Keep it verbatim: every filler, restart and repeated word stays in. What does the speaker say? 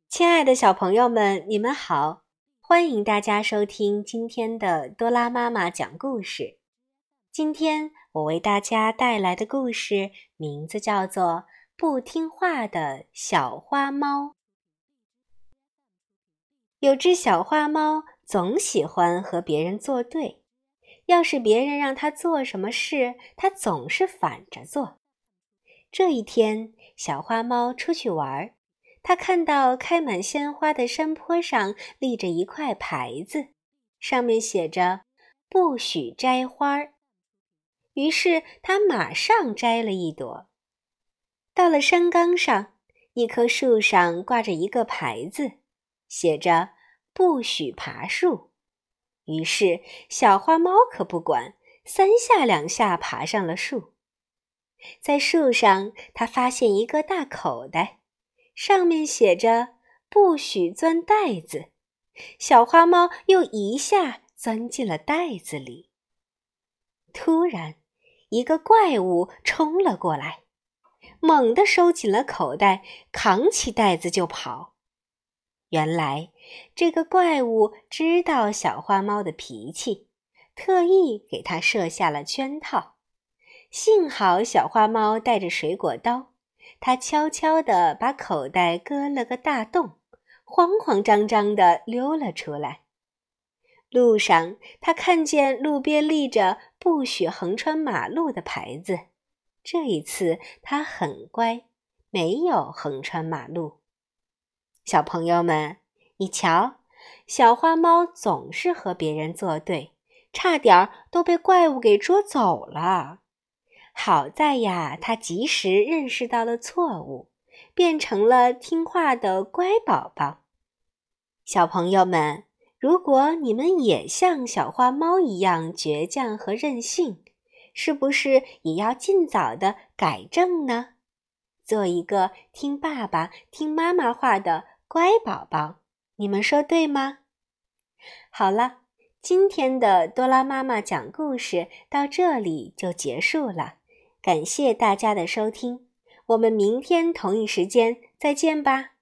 亲爱的小朋友们，你们好！欢迎大家收听今天的多拉妈妈讲故事。今天我为大家带来的故事名字叫做《不听话的小花猫》。有只小花猫总喜欢和别人作对，要是别人让它做什么事，它总是反着做。这一天，小花猫出去玩，他看到开满鲜花的山坡上立着一块牌子，上面写着“不许摘花”。于是他马上摘了一朵。到了山岗上，一棵树上挂着一个牌子，写着“不许爬树”。于是小花猫可不管，三下两下爬上了树。在树上，它发现一个大口袋，上面写着不许钻袋子。小花猫又一下钻进了袋子里。突然，一个怪物冲了过来，猛地收紧了口袋，扛起袋子就跑。原来，这个怪物知道小花猫的脾气，特意给它设下了圈套。幸好小花猫带着水果刀，它悄悄地把口袋割了个大洞，慌慌张张地溜了出来。路上，它看见路边立着不许横穿马路的牌子，这一次它很乖，没有横穿马路。小朋友们，你瞧，小花猫总是和别人作对，差点都被怪物给捉走了。好在呀，他及时认识到了错误，变成了听话的乖宝宝。小朋友们，如果你们也像小花猫一样倔强和任性，是不是也要尽早的改正呢？做一个听爸爸、听妈妈话的乖宝宝，你们说对吗？好了，今天的多拉妈妈讲故事到这里就结束了。感谢大家的收听，我们明天同一时间再见吧。